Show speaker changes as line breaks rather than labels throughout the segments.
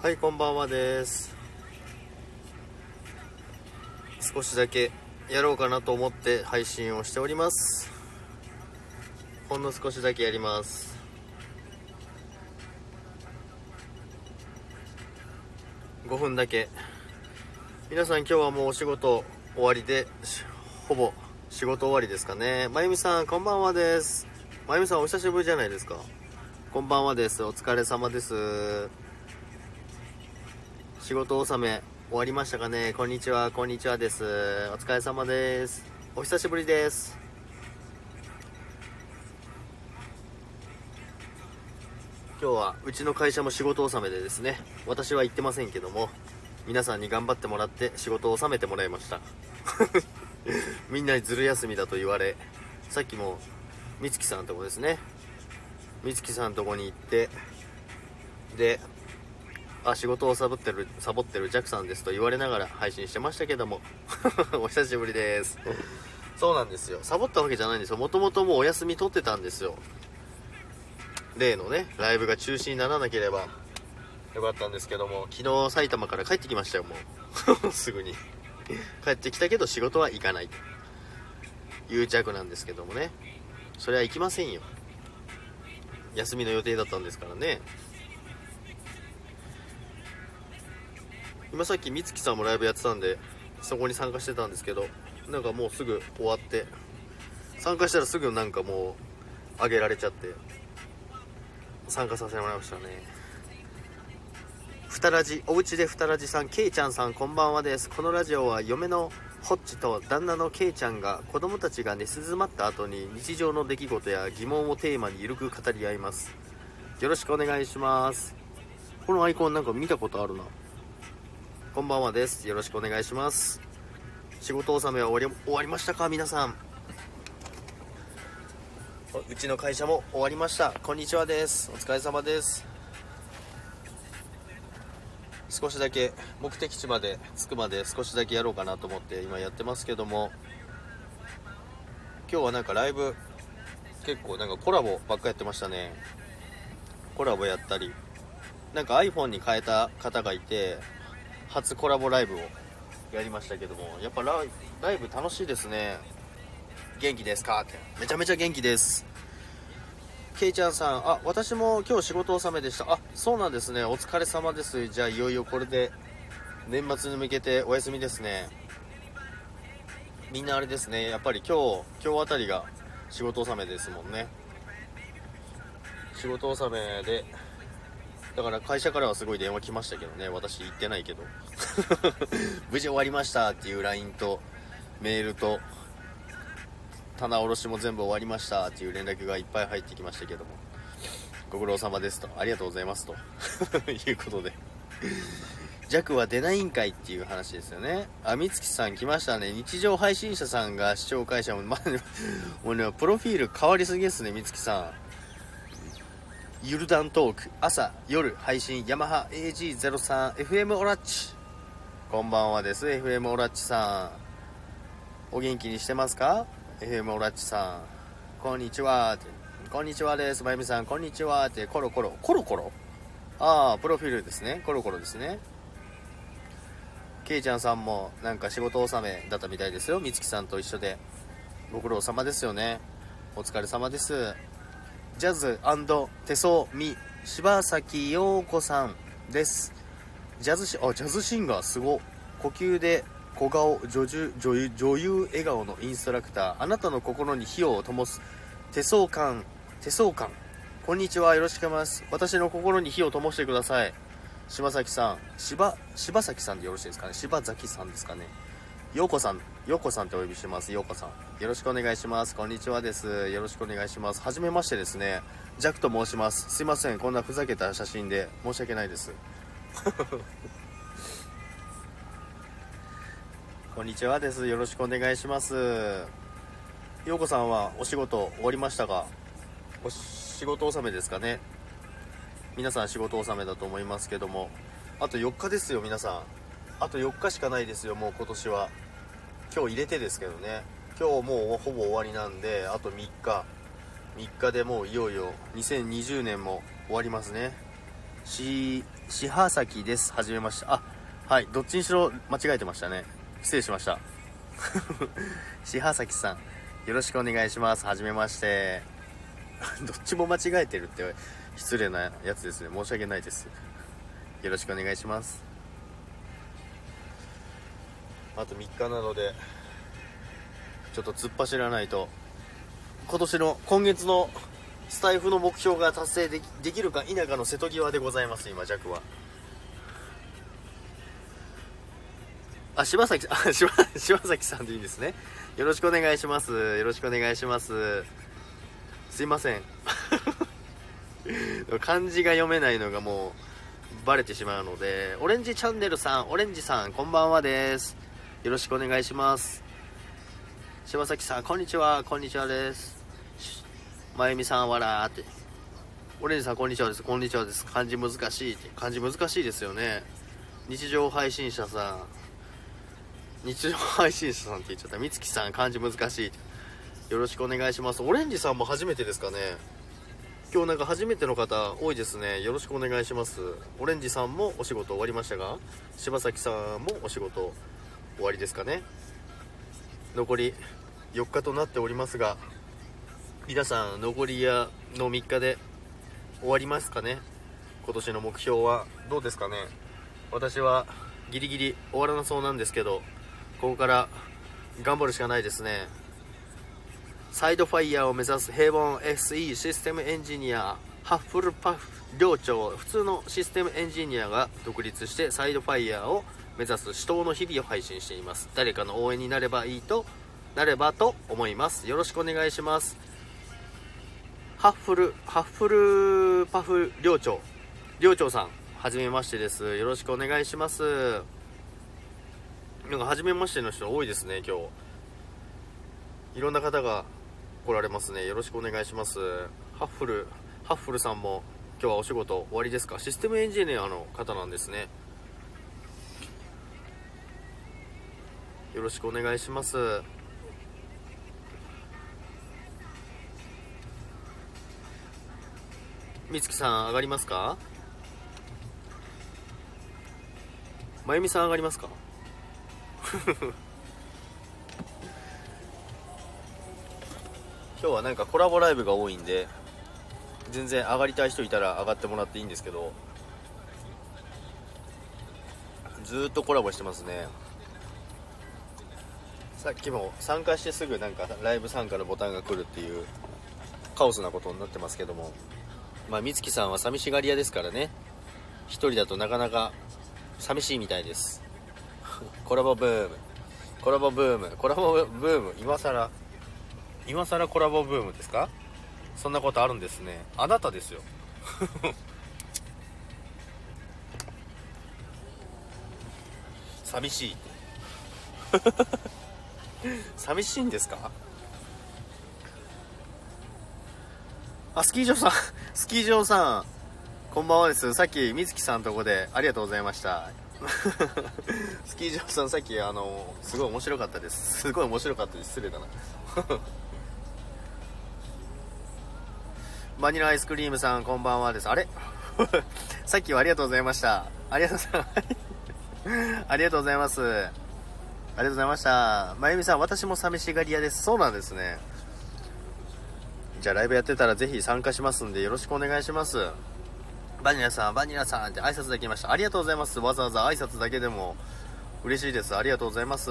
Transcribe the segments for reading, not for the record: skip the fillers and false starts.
はい、こんばんはです。少しだけやろうかなと思って配信をしております。ほんの少しだけやります。5分だけ。皆さん今日はもうお仕事終わりで、ほぼ仕事終わりですかね。まゆみさんこんばんはです。まゆみさんお久しぶりじゃないですか。こんばんはです。お疲れ様です。仕事納め終わりましたかね。こんにちは、こんにちはです。お疲れ様です。お久しぶりです。今日はうちの会社も仕事納めでですね、私は行ってませんけども、皆さんに頑張ってもらって仕事を納めてもらいましたみんなにずる休みだと言われ、さっきも美月さんのとこですね、美月さんのとこに行って、で、仕事をサボってるジャクさんですと言われながら配信してましたけどもお久しぶりです。そうなんですよ、サボったわけじゃないんですよ。もともともうお休み取ってたんですよ。例のねライブが中止にならなければよかったんですけども、昨日埼玉から帰ってきましたよ。もうすぐに帰ってきたけど仕事は行かないという弱なんですけどもね、それは行きませんよ。休みの予定だったんですからね。今さっき美月さんもライブやってたんでそこに参加してたんですけど、なんかもうすぐ終わって、参加したらすぐなんかもう上げられちゃって参加させてもらいましたね。ふたらじ、おうちでふたらじさん、けいちゃんさんこんばんはです。このラジオは嫁のホッチと旦那のけいちゃんが子供たちが寝静まった後に日常の出来事や疑問をテーマにゆるく語り合います。よろしくお願いします。このアイコンなんか見たことあるな。こんばんはです。よろしくお願いします。仕事納めは終わりましたか皆さん。うちの会社も終わりました。こんにちはです。お疲れ様です。少しだけ目的地まで着くまで少しだけやろうかなと思って今やってますけども、今日はなんかライブ結構なんかコラボばっかやってましたね。コラボやったり、なんか iPhone に変えた方がいて初コラボライブをやりましたけども、やっぱライブ楽しいですね。元気ですかって、めちゃめちゃ元気です。ケイちゃんさん、私も今日仕事納めでした。そうなんですね。お疲れ様です。じゃあいよいよこれで年末に向けてお休みですね。みんなあれですね、やっぱり今日あたりが仕事納めですもんね。仕事納めで、だから会社からはすごい電話来ましたけどね。私行ってないけど無事終わりましたっていう LINE とメールと棚卸しも全部終わりましたっていう連絡がいっぱい入ってきましたけども、ご苦労様ですと、ありがとうございますということで、弱は出ないんかいっていう話ですよね。美月さん来ましたね。日常配信者さんが視聴会社も、もうね、プロフィール変わりすぎですね。美月さん、ゆるだんトーク朝夜配信ヤマハ AG03 FM オラッチ、こんばんはです。 FM オラッチさん、お元気にしてますか？ FM オラッチさん、こんにちはって、こんにちはです。まゆみさんこんにちはって、コロコロプロフィールですね。コロコロですね。ケイちゃんさんもなんか仕事納めだったみたいですよ。美月さんと一緒でご苦労様ですよね。お疲れ様です。ジャズ&手相み柴崎陽子さんです。ジャズシンガーすご。呼吸で小顔女優笑顔のインストラクター、あなたの心に火を灯す手相官。こんにちは、よろしくお願いします。私の心に火を灯してください。柴崎さん、柴崎さんでよろしいですかね。柴崎さんですかね。陽子さんってお呼びします。陽子さん、よろしくお願いします。こんにちはです。よろしくお願いします。はじめましてですね。ジャクと申します。すいません、こんなふざけた写真で申し訳ないですこんにちはです。よろしくお願いします。陽子さんはお仕事終わりましたが、お仕事納めですかね。皆さん仕事納めだと思いますけども、あと4日ですよ。皆さんあと4日しかないですよ。もう今年は今日入れてですけどね。今日もうほぼ終わりなんで、あと3日でもういよいよ2020年も終わりますね。 はさきです。はじめまして。あ、はい、どっちにしろ間違えてましたね。失礼しました。しはさきさん、よろしくお願いします。はじめまして。どっちも間違えてるって失礼なやつですね。申し訳ないです。よろしくお願いします。あと3日なのでちょっと突っ走らないと、今月のスタイフの目標が達成できるか否かの瀬戸際でございます。今弱は柴崎さんでいいですね。よろしくお願いします。よろしくお願いします。すいません漢字が読めないのがもうバレてしまうので、オレンジチャンネルさん、オレンジさんこんばんはです。よろしくお願いします。柴崎さんこんにちは。こんにちはです。まゆみさんわらーって、オレンジさんこんにちはです。こんにちはです。漢字難しいって、漢字難しいですよね。日常配信者さんって言っちゃった。みつきさん漢字難しいって、よろしくお願いします。オレンジさんも初めてですかね。今日なんか初めての方多いですね。よろしくお願いします。オレンジさんもお仕事終わりましたが、柴崎さんもお仕事終わりですかね。残り4日となっておりますが、皆さん残りの3日で終わりますかね。今年の目標はどうですかね。私はギリギリ終わらなそうなんですけど、ここから頑張るしかないですね。サイドファイヤーを目指す平凡 SE システムエンジニアハッフルパフ寮長、普通のシステムエンジニアが独立してサイドファイヤーを目指す死闘の日々を配信しています。誰かの応援になればと思います。よろしくお願いします。ハッフルパフ寮長さん、はじめましてです。よろしくお願いします。なんか初めましての人多いですね。今日いろんな方が来られますね。よろしくお願いします。ハッフルさんも今日はお仕事終わりですか。システムエンジニアの方なんですね。よろしくお願いします。みつきさん上がりますか。まゆみさん上がりますか今日はなんかコラボライブが多いんで、全然上がりたい人いたら上がってもらっていいんですけど、ずーっとコラボしてますね。さっきも参加してすぐなんかライブ参加のボタンが来るっていうカオスなことになってますけども、まあみつきさんは寂しがり屋ですからね。一人だとなかなか寂しいみたいですコラボブーム今更コラボブームですか。そんなことあるんですね。あなたですよ寂しい寂しいんですか。あ、スキー場さんこんばんはです。さっきみつきさんのとこでありがとうございましたスキー場さんさっきすごい面白かったです。失礼だなバニラアイスクリームさんこんばんはです。あれさっきはありがとうございました。ありがとうございますありがとうございます。ありがとうございました。まゆみさん、私も寂しがり屋です。そうなんですね。じゃあライブやってたらぜひ参加しますんでよろしくお願いします。バニラさんって挨拶できました。ありがとうございます。わざわざ挨拶だけでも嬉しいです。ありがとうございます。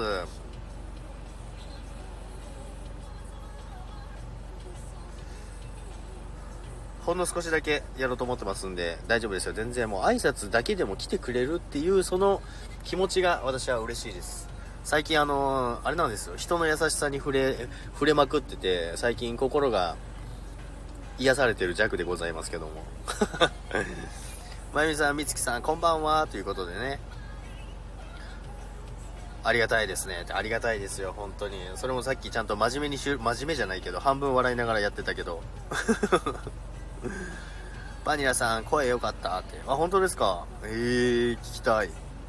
ほんの少しだけやろうと思ってますんで大丈夫ですよ。全然もう挨拶だけでも来てくれるっていうその気持ちが私は嬉しいです。最近あれなんですよ、人の優しさに触れまくってて、最近心が癒されてる弱でございますけどもまゆみさん、みつきさんこんばんはということでね、ありがたいですね。ありがたいですよ本当に。それもさっきちゃんと真面目じゃないけど半分笑いながらやってたけどバニラさん声良かったって。あ、本当ですか。聞きたい。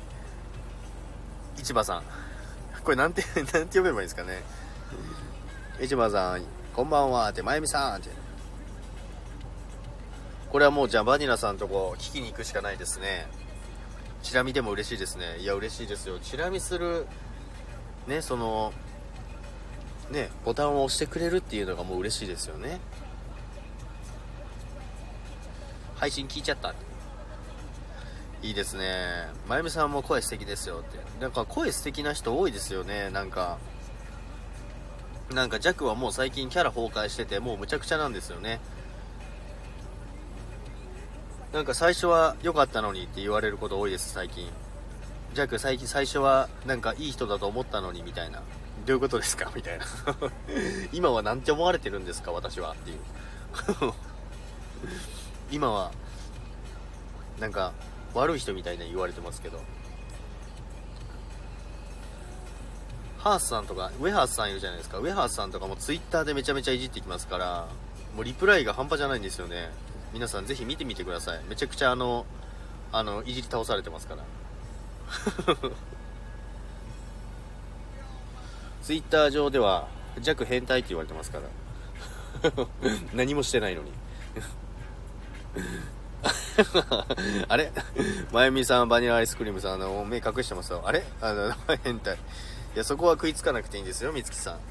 市場さんこれなんて呼べばいいんですかね。市場さんこんばんはって、まゆみさんってこれはもうじゃあバニラさんとこ聞きに行くしかないですね。チラ見でも嬉しいですね。いや嬉しいですよ。チラ見するね、そのねボタンを押してくれるっていうのがもう嬉しいですよね。配信聞いちゃった。いいですね。まゆみさんも声素敵ですよって。なんか声素敵な人多いですよね。なんかジャクはもう最近キャラ崩壊しててもうむちゃくちゃなんですよね。なんか最初は良かったのにって言われること多いです最近。ジャク最初はなんかいい人だと思ったのにみたいな。どういうことですかみたいな。今はなんて思われてるんですか私はっていう。今はなんか悪い人みたいに言われてますけど、ハースさんとかウェハースさんいるじゃないですか。ウェハースさんとかもツイッターでめちゃめちゃいじってきますから、もうリプライが半端じゃないんですよね。皆さんぜひ見てみてください。めちゃくちゃいじり倒されてますからツイッター上では弱変態って言われてますから何もしてないのにあれまゆみさん、バニラアイスクリームさん、目隠してますよ。あれ変態。いや、そこは食いつかなくていいんですよ、みつきさん。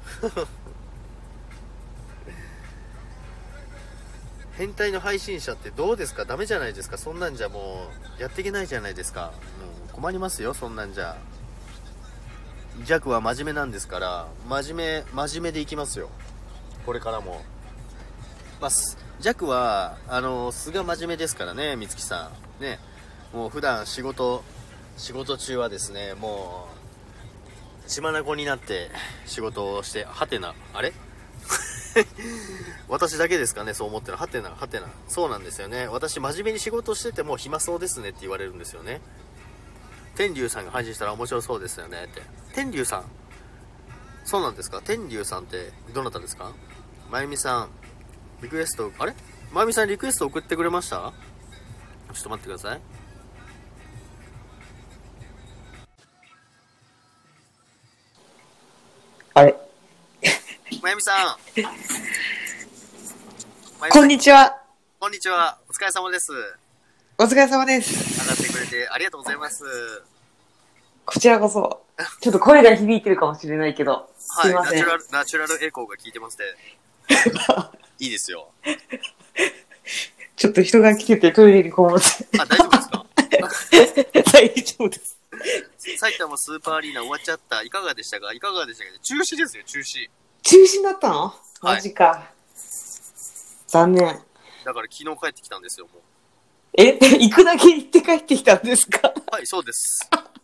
変態の配信者ってどうですか？ダメじゃないですか。そんなんじゃもう、やっていけないじゃないですか。もう困りますよ、そんなんじゃ。弱は真面目なんですから、真面目でいきますよ。これからも。まあ、弱は素が真面目ですからね、みつきさんね。もう普段仕事中はですね、もう血眼になって仕事をして、はてな、あれ私だけですかね、そう思ってる。はてな。そうなんですよね。私真面目に仕事してても暇そうですねって言われるんですよね。天竜さんが配信したら面白そうですよねって。天竜さん、そうなんですか？天竜さんってどなたですか？まゆみさんリクエスト、あれまゆみさんリクエスト送ってくれました？ちょっと待ってください。
あれ
まゆみさん
こんにちは。
こんにちは。お疲れ様です。
お疲れ様です。
上がってくれてありがとうございます。
こちらこそ。ちょっと声が響いてるかもしれないけど、
はい、
すいません。
ナチュラルエコーが効いてますね。いいですよ。
ちょっと人が来ててトイレにこもって。
あ、大丈夫ですか？
大丈夫です。
埼玉スーパーアリーナ終わっちゃった。いかがでしたか？中止ですよ、中止。
中止になったの？マジか。はい、残念。
だから昨日帰ってきたんですよ、もう。
行くだけ行って帰ってきたんですか？
はい、そうです。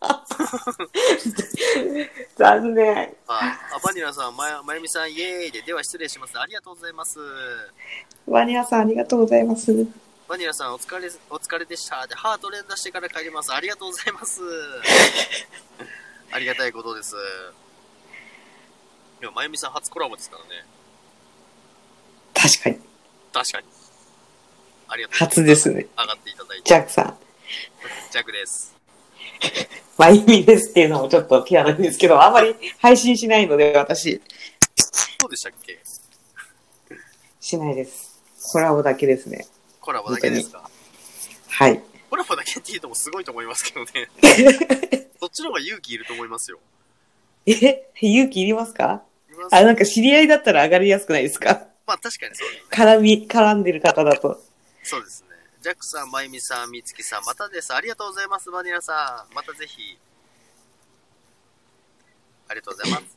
残念。はい。
バニラさん、まゆみさん、イエーイでは失礼します。ありがとうございます。
バニラさん、ありがとうございます。
バニラさん、お疲れでした。で、ハート連打してから帰ります。ありがとうございます。ありがたいことです。いや、まゆみさん初コラボですからね。
確かに。
ありがとうございます。
初ですね。
上がっていただいて。
ジャックさん。
ジャックです。
まゆみですっていうのもちょっとピアノですけど、あんまり配信しないので、私。
そうでしたっけ？
しないです。コラボだけですね。
コラボだけですか？
はい。
コラボだけって言うともすごいと思いますけどね。そっちの方が勇気いると思いますよ。
勇気いりますか？なんか知り合いだったら上がりやすくないですか？
まあ確かにそうですね。
絡んでる方だと。
そうですね。ジャックさん、まゆみさん、みつきさん、またです。ありがとうございます、バニラさん。またぜひ。ありがとうございます。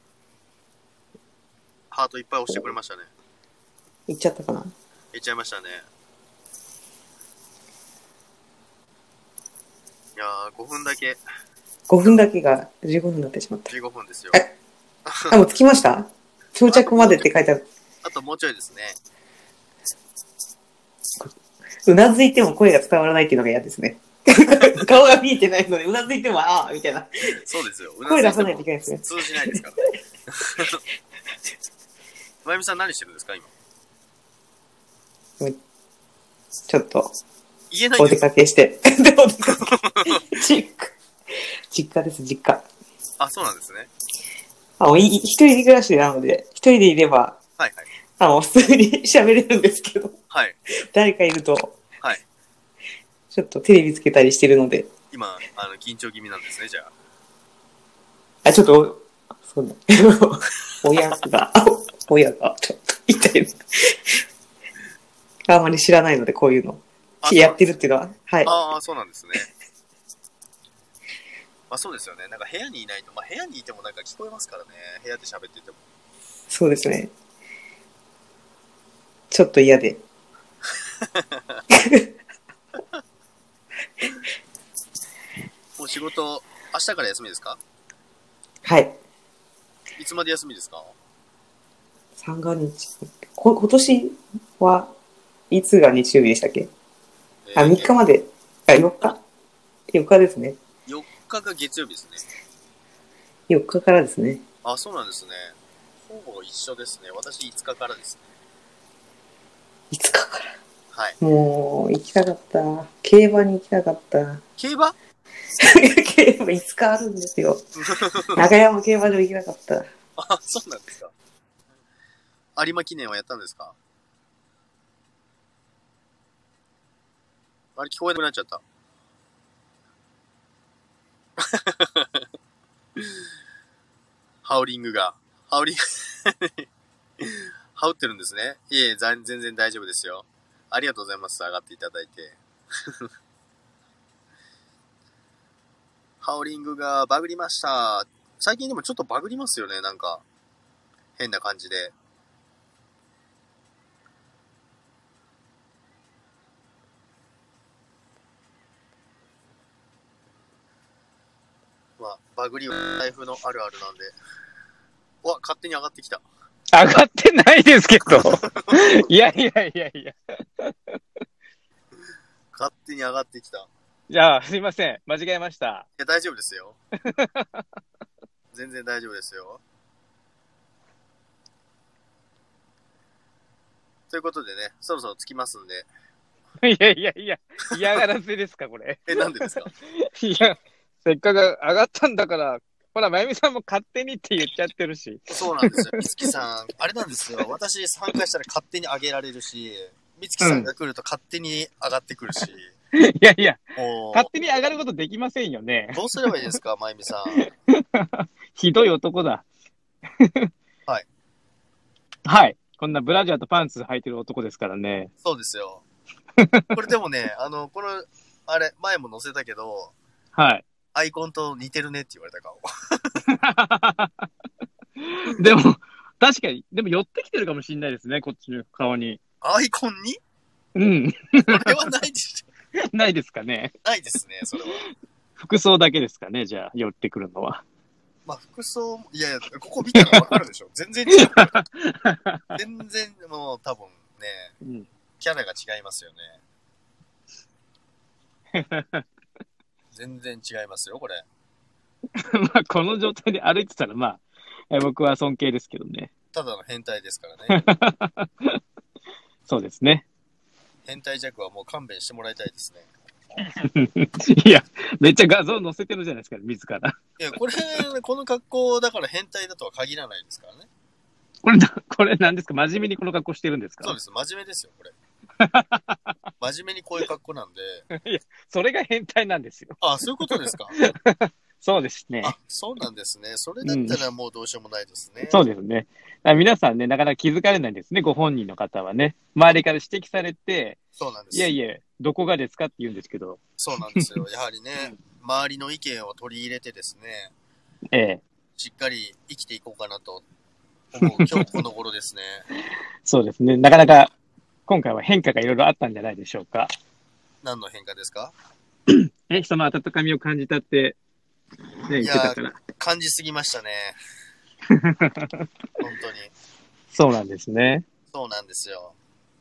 ハートいっぱい押してくれましたね。
いっちゃったかな？
いっちゃいましたね。いやー、5分だけ。
5分だけが15分になってしまった。
15分ですよ。
もう着きました？到着までって書いてある。
あともうちょいですね。
うなずいても声が伝わらないっていうのが嫌ですね。顔が見えてないので、うなずいてもああみたいな。
そうですよ。
声出さないといけないですね。
通じないですから。まゆみさん何してるんですか今？
ちょっと
言えないんです。
お出かけして。実家です、実家。
あ、そうなんですね。
一人暮らしなので、一人でいれば、
はいはい。
普通に喋れるんですけど、
はい。
誰かいると、
はい。
ちょっとテレビつけたりしてるので。
今、緊張気味なんですね、じゃ
ちょっと、そうね。親が、ちょっと、痛い。あんまり知らないので、こういうの。やってるっていうのは。はい。
ああ、そうなんですね。まあそうですよね。なんか部屋にいないと、まあ部屋にいてもなんか聞こえますからね。部屋で喋ってても。
そうですね。ちょっと嫌で。
もう仕事、明日から休みですか？
はい。
いつまで休みですか？
三が日。今年はいつが日曜日でしたっけ？3日まで。4日 ?4 日ですね。
4日が月曜日ですね。
4日からですね。
あ、そうなんですね。ほぼ一緒ですね。私5日からですね。
5日から。
はい。
もう、行きたかった。競馬に行きたかった。
競馬
競馬5日あるんですよ。中山競馬場行きたかった。
あ、そうなんですか。有馬記念はやったんですか？あれ聞こえなくなっちゃった。ハウリングが。ハウってるんですね。いえ、全然大丈夫ですよ。ありがとうございます。上がっていただいて。ハウリングがバグりました。最近でもちょっとバグりますよね。なんか、変な感じで。まあ、バグりは台風のあるあるなんで。うわ、勝手に上がってきた。
上がってないですけど。いや。
勝手に上がってきた。
じゃあ、すいません。間違えました。
いや、大丈夫ですよ。全然大丈夫ですよ。ということでね、そろそろ着きますんで。
いや、嫌がらせですか、これ。
なんでですか？
いや、せっかく上がったんだから、ほら、まゆみさんも勝手にって言っちゃってるし。
そうなんですよ。みつきさん、あれなんですよ。私参加したら勝手に上げられるし、みつきさんが来ると勝手に上がってくるし。
いや、
もう
勝手に上がることできませんよね。
どうすればいいですか、まゆみさん。
ひどい男だ。
はい。
はい。こんなブラジャーとパンツ履いてる男ですからね。
そうですよ。これでもね、この、あれ、前も載せたけど、
はい。
アイコンと似てるねって言われた顔。
でも、確かに、でも寄ってきてるかもしれないですね、こっちの顔に。
アイコンに
うん。
それはないでしょ。
ないですかね。
ないですね、それは。
服装だけですかね、じゃあ、寄ってくるのは。
まあ、服装、いや、ここ見たらわかるでしょ。全然違う。全然、もう多分ね、
うん、
キャラが違いますよね。全然違いますよ、これ。
まあ、この状態で歩いてたら、まあ、僕は尊敬ですけどね。
ただの変態ですからね。
そうですね。
変態弱はもう勘弁してもらいたいですね。
いや、めっちゃ画像載せてるじゃないですか、自ら。
いや、この格好だから変態だとは限らないですからね。
これ何ですか？真面目にこの格好してるんですか？
そうです。真面目ですよ、これ。真面目にこういう格好なんで。
いや、それが変態なんですよ。
あ、そういうことですか。
そうですね。
あ、そうなんですね。それだったらもうどうしようもないですね。
そうですね。皆さんね、なかなか気づかれないんですね、ご本人の方はね。周りから指摘されて、
そうなんです。
いや、どこがですかって言うんですけど。
そうなんですよ。やはりね、周りの意見を取り入れてですね、
ええ。
しっかり生きていこうかなと思う今日この頃ですね。
そうですね。なかなか今回は変化がいろいろあったんじゃないでしょうか。
何の変化ですか？
人の温かみを感じたって、ね、言ってたから。
感じすぎましたね。本当に。
そうなんですね。
そうなんですよ。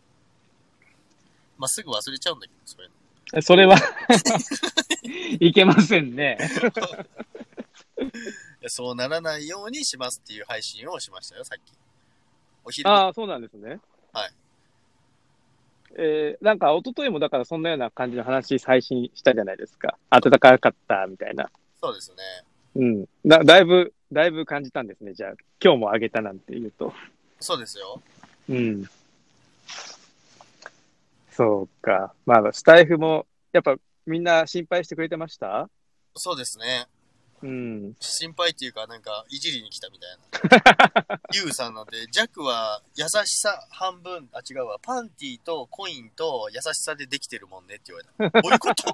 まあ、すぐ忘れちゃうんだけど、それ。
それはいけませんね。
そうならないようにしますっていう配信をしましたよ、さっき。お昼。
ああ、そうなんですね。
はい。
なんか、一昨日もだからそんなような感じの話配信したじゃないですか。暖かかったみたいな。
そうですね。
うん。だいぶ感じたんですね。じゃあ、今日もあげたなんて言うと。
そうですよ。
うん。そうか。まあ、スタイフも、やっぱみんな心配してくれてました？
そうですね。
うん。
心配っていうか、なんか、いじりに来たみたいな。ユウさんなんで、ジャックは優しさ半分、あ、違うわ、パンティとコインと優しさでできてるもんねって言われた。どういうこと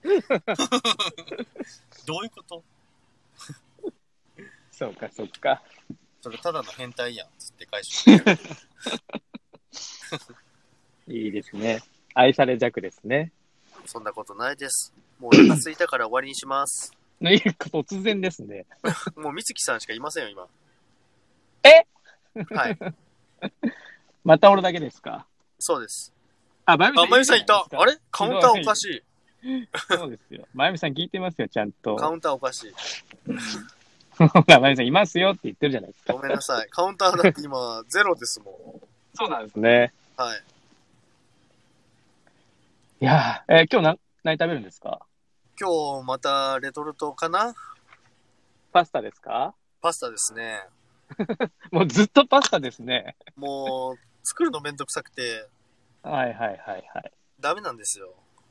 どういうこと？
そうか、そうか。
それただの変態やん、つって返して。
いいですね。愛され弱ですね。
そんなことないです。もうお腹空いたから終わりにします。
突然ですね。
もう美月さんしかいませんよ、今。
え
はい。
また俺だけですか？
そうです。
あ、まゆみさん
あ、まゆさんいた。あれカウンターおか
い。
しい。
そうですよ。まゆみさん聞いてますよ、ちゃんと。
カウンターおかしい。
ほら、まゆみさんいますよって言ってるじゃないですか。
ごめんなさい。カウンターだって今、ゼロですもん。
そうなんですね。
はい。
いや今日何食べるんですか？
今日またレトルトかな？
パスタですか？
パスタですね。
もうずっとパスタですね。
もう、作るのめんどくさくて、
はいはいはいはい。
ダメなんですよ。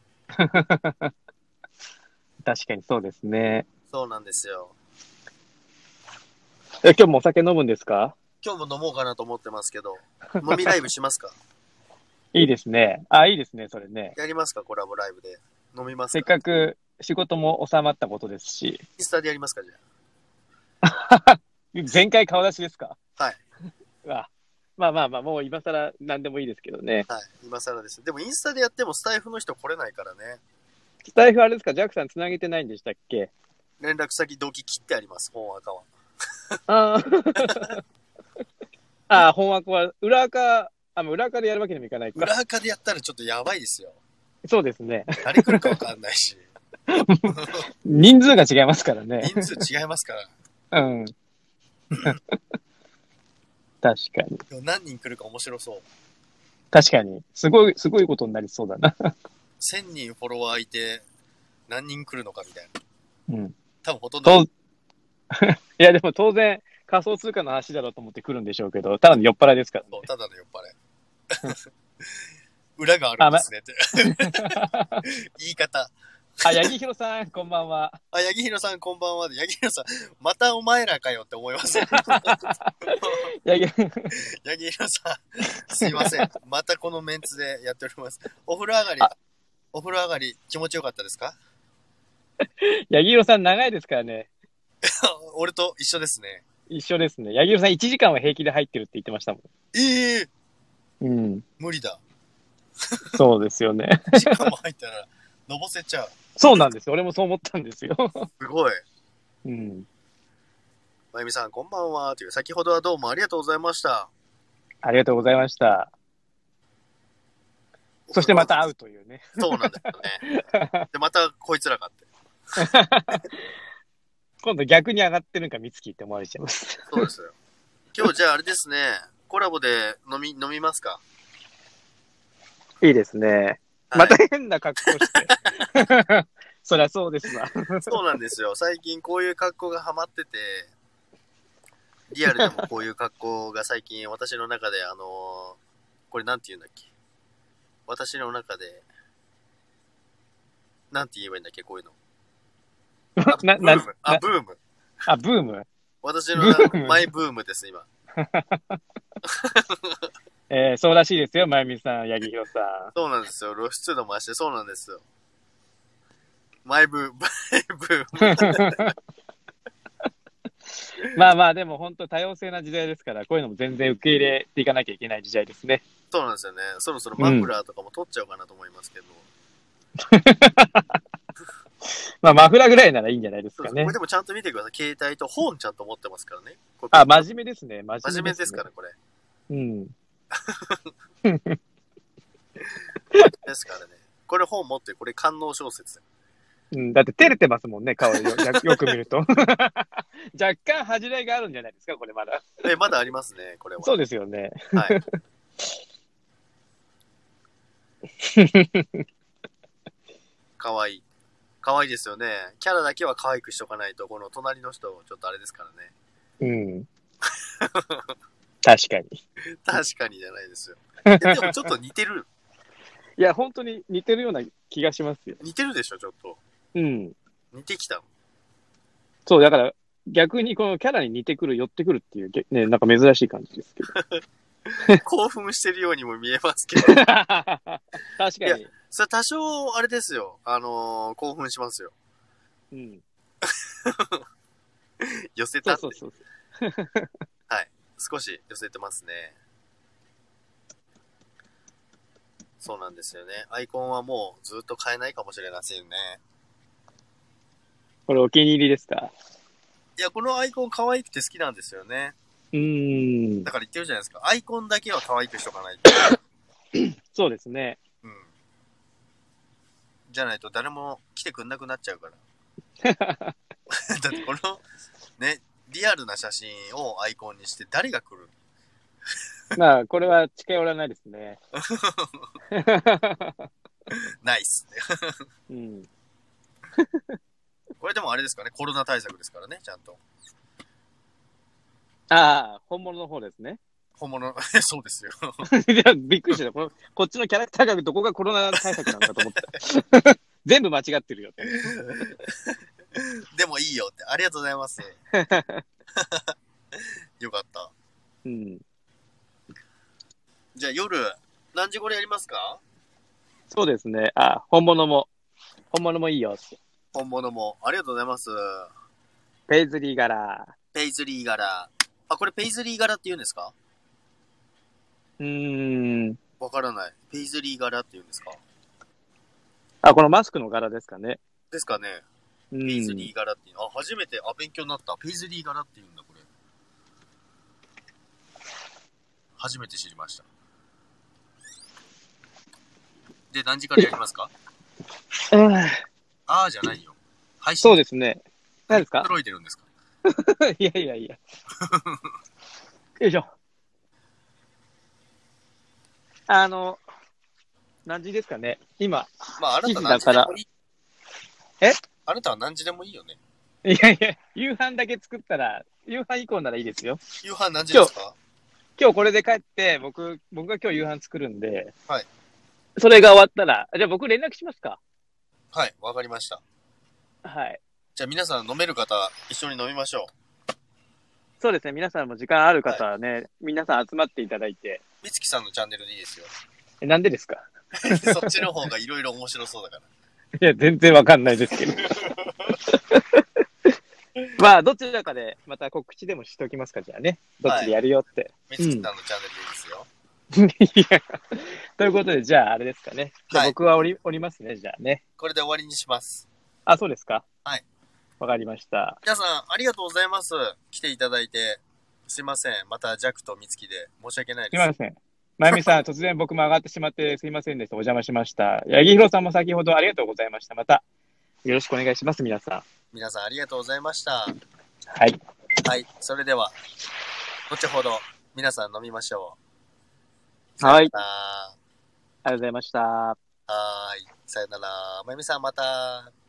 確かにそうですね。
そうなんですよ。
今日もお酒飲むんですか？
今日も飲もうかなと思ってますけど、飲みライブしますか？
いいですね。あ、いいですね、それね。
やりますか？コラボライブで。飲みます
せっ
か？
かく仕事も収まったことですし。
インスタでやりますか？じゃ
前回顔出しですか？
あ。はい。
あ、まあまあまあ、もう今更何でもいいですけどね。
はい。今更です。でもインスタでやってもスタイフの人来れないからね。
スタイフあれですか？ジャックさんつなげてないんでしたっけ？
連絡先同期切ってあります、本赤は。
あーあー、本枠は、裏垢、裏垢でやるわけにもいかないか。
裏垢でやったらちょっとやばいですよ。
そうですね。
誰来るかわかんないし。
人数が違いますからね。
人数違いますから。
うん。確かに。
でも何人来るか面白そう。
確かに。すごいことになりそうだな。
1000人フォロワーいて、何人来るのかみたいな。
うん。
多分ほとんど。
いや、でも当然、仮想通貨の話だろうと思って来るんでしょうけど、ただの酔っ払いですからね。
ただの酔っ払い。裏があるんですねって。言い方。
あ、八木ひろさん、こんばんは。
あ、八木ひろさんこんばんはで。八木ひろさん、またお前らかよって思います。八
八木、
木ひろさん、すいません。またこのメンツでやっております。お風呂上がり気持ちよかったですか？
八木ひろさん長いですからね。
俺と一緒ですね。
一緒ですね。八木ひろさん1時間は平気で入ってるって言ってましたもん。
ええ
うん。
無理だ。
そうですよね。
時間も入ったら、のぼせちゃう。
そうなんですよ。俺もそう思ったんですよ。
すごい。
うん。
まゆみさん、こんばんは。という、先ほどはどうもありがとうございました。
ありがとうございました。そしてまた会うというね。
そうなんですよね。で、またこいつらかって。
今度逆に上がってるんか、美月って思われちゃいます。
そうですよ。今日じゃああれですね、コラボで飲みますか？
いいですね。
はい、
また変な格好して。そりゃそうですわ。
そうなんですよ。最近こういう格好がハマってて、リアルでもこういう格好が最近私の中で、これなんて言うんだっけ？私の中で、なんて言えばいいんだっけ？こういうの。ブーム。あ、ブーム。
あ、ブーム。
私の中でマイブームです、今。
そうらしいですよ、まゆみさん、八木ひろさん。
そうなんですよ。露出度増して、そうなんですよ。マイブーム。
まあまあ、でも本当多様性な時代ですから、こういうのも全然受け入れていかなきゃいけない時代ですね。
そうなんですよね。そろそろマフラーとかも取っちゃおうかなと思いますけど。
まあ、マフラーぐらいならいいんじゃないですかね。
これでもちゃんと見てください。携帯と本ちゃんと持ってますからね。
あ、真面目ですね。
真面目ですから、これ。
うん。
ですからね。これ本持って、これ官能小説。
うん、だって照れてますもんね、顔よく見ると。若干恥じらいがあるんじゃないですか、これまだ。
まだありますね、これは。
そうですよね。
はい。かわいい。かわいいですよね。キャラだけは可愛くしとかないと、この隣の人、ちょっとあれですからね。
うん。 確かに。
確かにじゃないですよ。でもちょっと似てる。
いや、本当に似てるような気がしますよ。
似てるでしょ、ちょっと。
うん。
似てきたの。
そう、だから逆にこのキャラに似てくる、寄ってくるっていう、ね、なんか珍しい感じですけど。
興奮してるようにも見えますけど。
確か
い
に。
それ多少、あれですよ。興奮しますよ。
うん。
寄せたって。
そうそうそう。
はい。少し寄せてますね。そうなんですよね。アイコンはもうずっと変えないかもしれませんね。
これお気に入りですか？
いや、このアイコン可愛くて好きなんですよね。
だ
だから言ってるじゃないですか。アイコンだけは可愛くしとかないと。
そうですね。
うん。じゃないと誰も来てくんなくなっちゃうから。だってこの、ね、リアルな写真をアイコンにして誰が来る？
まあ、これは近寄らないですね。
ナイス。
うん。
これでもあれですかね。コロナ対策ですからね、ちゃんと。
ああ、本物の方ですね。
本物、そうですよ。
いや、びっくりした。こっちのキャラクターがどこがコロナ対策なのかと思った。全部間違ってるよって。
でもいいよって。ありがとうございます。よかった。
うん。
じゃあ夜、何時頃やりますか？
そうですね。あ、本物もいいよって。
本物も。ありがとうございます。
ペイズリー柄。
ペイズリー柄。あ、これペイズリー柄って言うんですか？わからない。ペイズリー柄って言うんですか？
あ、このマスクの柄ですかね。
ですかね。ペイズリー柄っていうの。あ、初めて、勉強になった。ペイズリー柄って言うんだ、これ。初めて知りました。で、何時からやりますか？じゃないよ。配信。
そうですね。何ですか？
驚いてるんですか？
いやいやいや。よいしょ。何時ですかね今。
まあ、あなた
7時だから。
あなたは何時でもいいよね。
いやいや、夕飯だけ作ったら、夕飯以降ならいいですよ。
夕飯何時ですか？
今日これで帰って、僕が今日夕飯作るんで、
はい。
それが終わったら、じゃあ僕連絡しますか？
はい、わかりました。
はい。
じゃあ皆さん飲める方、一緒に飲みましょう。
そうですね。皆さんも時間ある方はね、皆さん集まっていただいて。
みつきさんのチャンネルでいいですよ。
なんでですか？
そっちの方がいろいろ面白そうだから。
いや、全然わかんないですけど。まあ、どちらかで、また告知でもしておきますか、じゃあね。どっちでやるよって。
みつきさんのチャンネルでいいですよ。
いや、ということで、じゃあ、あれですかね。じゃあ僕はおりますね、じゃあね。
これで終わりにします。
あ、そうですか。
はい。
わかりました。
皆さん、ありがとうございます。来ていただいて。すいません。また、ジャックとみつきで申し訳ないです。
すいません。まゆみさん、突然僕も上がってしまってすいませんでした。お邪魔しました。八木弘さんも先ほどありがとうございました。また、よろしくお願いします、皆さん。
皆さん、ありがとうございました。
はい。
はい。それでは、後ほど、皆さん飲みましょう。
はい。
あ
りがとうございました。
はーい。さよなら。まゆみさん、また。